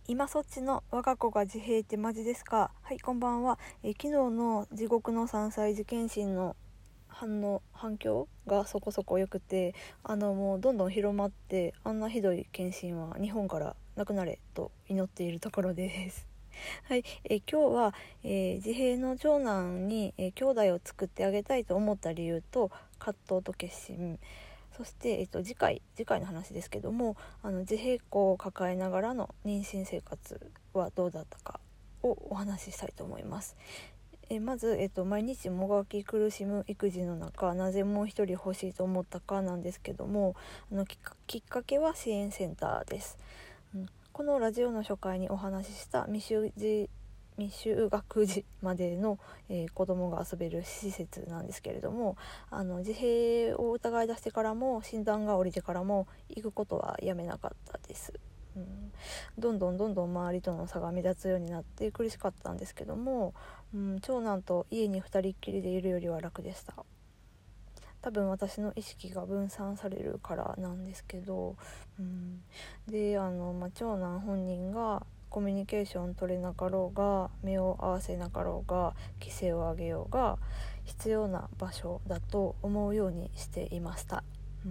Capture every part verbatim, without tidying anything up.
今そっちの我が子が自閉ってマジですか。はい、こんばんは。えー昨日の地獄のさんさい児検診の反応反響がそこそこ良くて、あのもうどんどん広まって、あんなひどい検診は日本からなくなれと祈っているところですはい、えー今日は、えー自閉の長男に、えー兄弟を作ってあげたいと思った理由と葛藤と決心、そして、えっと、次回次回の話ですけども、あの自閉子を抱えながらの妊娠生活はどうだったかをお話ししたいと思います。えまず、えっと、毎日もがき苦しむ育児の中、なぜもう一人欲しいと思ったかなんですけども、あのきっかきっかけは支援センターです。うん、このラジオの初回にお話しした未就児未就学児までの、えー、子供が遊べる施設なんですけれども、あの自閉を疑い出してからも診断が下りてからも行くことはやめなかったです。うん、どんどんどんどん周りとの差が目立つようになって苦しかったんですけども、うん、長男と家にふたりっきりでいるよりは楽でした。多分私の意識が分散されるからなんですけど、うん、であの、まあ、長男本人がコミュニケーション取れなかろうが目を合わせなかろうが規制を上げようが必要な場所だと思うようにしていました。うん、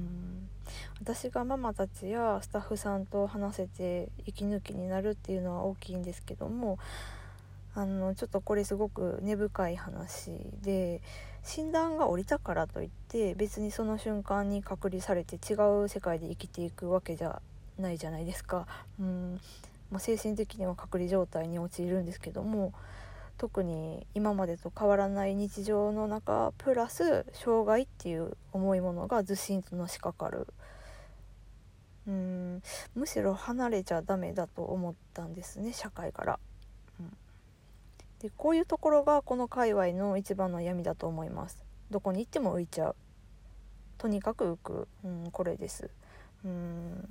私がママたちやスタッフさんと話せて息抜きになるっていうのは大きいんですけども、あのちょっとこれすごく根深い話で、診断が下りたからといって別にその瞬間に隔離されて違う世界で生きていくわけじゃないじゃないですか。うん、まあ、精神的には隔離状態に陥るんですけども、特に今までと変わらない日常の中プラス障害っていう重いものがずしんとのしかかる。うん、むしろ離れちゃダメだと思ったんですね、社会から。うん、でこういうところがこの界隈の一番の闇だと思います。どこに行っても浮いちゃう、とにかく浮く、うん、これです。うん、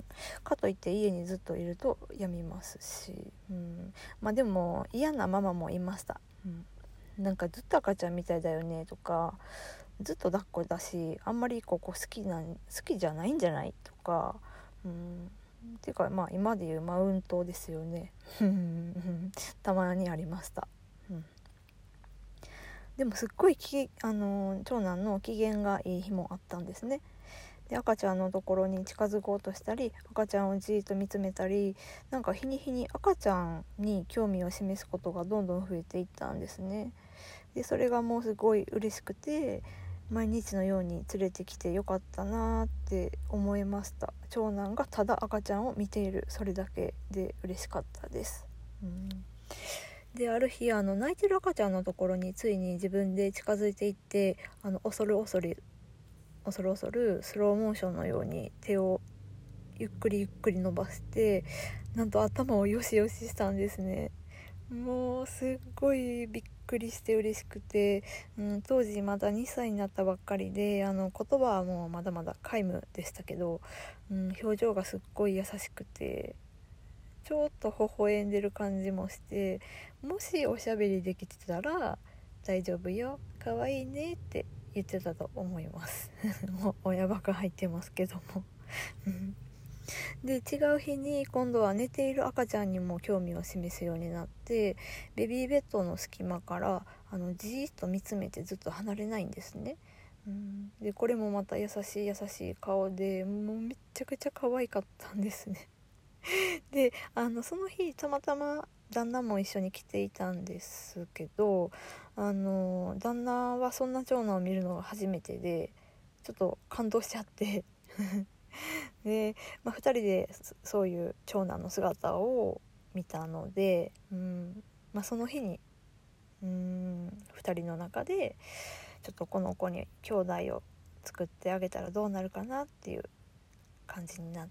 かといって家にずっといると病みますし、うん、まあでも嫌なママもいました。うん、なんかずっと赤ちゃんみたいだよねとか、ずっと抱っこだしあんまりここ好きなん好きじゃないんじゃないとか、うん、ていうかまあ今でいうマウントですよねたまにありました。うん、でもすっごいきあの長男の機嫌がいい日もあったんですね。で赤ちゃんのところに近づこうとしたり赤ちゃんをじーっと見つめたり、なんか日に日に赤ちゃんに興味を示すことがどんどん増えていったんですね。でそれがもうすごい嬉しくて、毎日のように連れてきてよかったなって思いました。長男がただ赤ちゃんを見ている、それだけで嬉しかったです。うん、である日あの泣いてる赤ちゃんのところについに自分で近づいていって、あの恐る恐る恐る恐るスローモーションのように手をゆっくりゆっくり伸ばして、なんと頭をよしよししたんですね。もうすっごいびっくりして嬉しくて、うん、当時まだにさいになったばっかりで、あの言葉はもうまだまだ皆無でしたけど、うん、表情がすっごい優しくてちょっと微笑んでる感じもして、もしおしゃべりできてたら大丈夫よ、かわいいねって言ってたと思いますもう親バカ入ってますけどもで違う日に今度は寝ている赤ちゃんにも興味を示すようになって、ベビーベッドの隙間からあのじーっと見つめてずっと離れないんですね。うん、でこれもまた優しい優しい顔で、もうめっちゃくちゃ可愛かったんですねであのその日たまたま旦那も一緒に来ていたんですけど、あの旦那はそんな長男を見るのが初めてでちょっと感動しちゃってで、まあ、ふたりでそういう長男の姿を見たので、うんまあ、その日にうんふたりの中でちょっとこの子に兄弟を作ってあげたらどうなるかなっていう感じになって、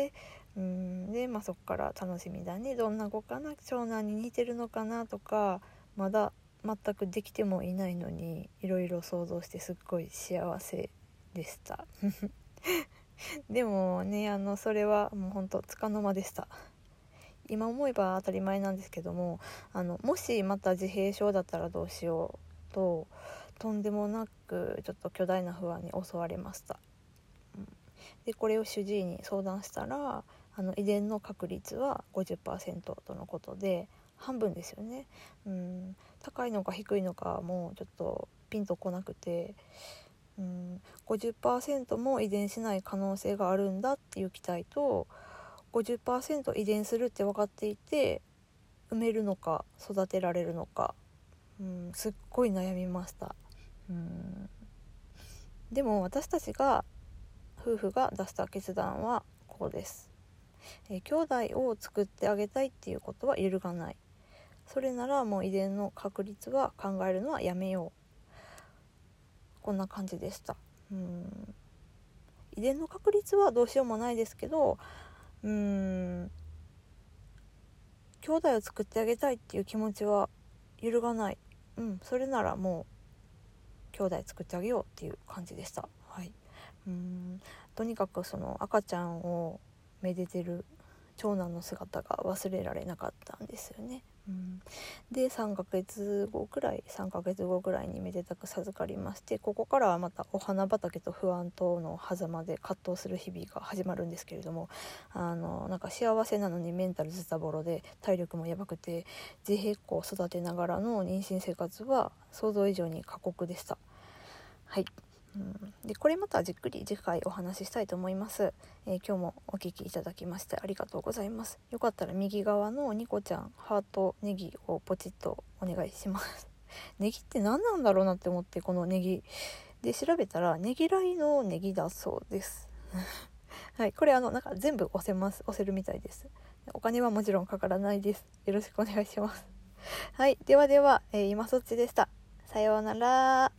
うんで、まあ、そこから楽しみだね、どんな子かな、長男に似てるのかなとか、まだ全くできてもいないのにいろいろ想像してすっごい幸せでしたでもね、あのそれはもうほんとつかの間でした。今思えば当たり前なんですけども、あのもしまた自閉症だったらどうしようと、とんでもなくちょっと巨大な不安に襲われました。うん、でこれを主治医に相談したら、 あの遺伝の確率は ごじゅっパーセント とのことで、半分ですよね。うん、高いのか低いのかもうちょっとピンとこなくて、うん、ごじゅっパーセント も遺伝しない可能性があるんだっていう期待と、 ごじゅっパーセント 遺伝するって分かっていて埋めるのか育てられるのか、うん、すっごい悩みました。うん、でも私たちが夫婦が出した決断はこうです。えー、兄弟を作ってあげたいっていうことは揺るがない。それならもう遺伝の確率は考えるのはやめよう。こんな感じでした。うん、遺伝の確率はどうしようもないですけど、うーん兄弟を作ってあげたいっていう気持ちは揺るがない。うん、それならもう兄弟作ってあげようっていう感じでした。はい、うーんとにかくその赤ちゃんをめでてる長男の姿が忘れられなかったんですよね。うん、でさんかげつごくらいさんかげつごくらいにめでたく授かりまして、ここからはまたお花畑と不安との狭間で葛藤する日々が始まるんですけれども、あのなんか幸せなのにメンタルズタボロで体力もやばくて、自閉っ子を育てながらの妊娠生活は想像以上に過酷でした。はい、うん、でこれまたじっくり次回お話ししたいと思います。えー、今日もお聞きいただきましてありがとうございます。よかったら右側のニコちゃんハートネギをポチッとお願いしますネギって何なんだろうなって思って、このネギで調べたらネギライのネギだそうですはい、これあのなんか全部押せます押せるみたいです。お金はもちろんかからないです。よろしくお願いしますはい、ではでは、えー、今そっちでした。さようなら。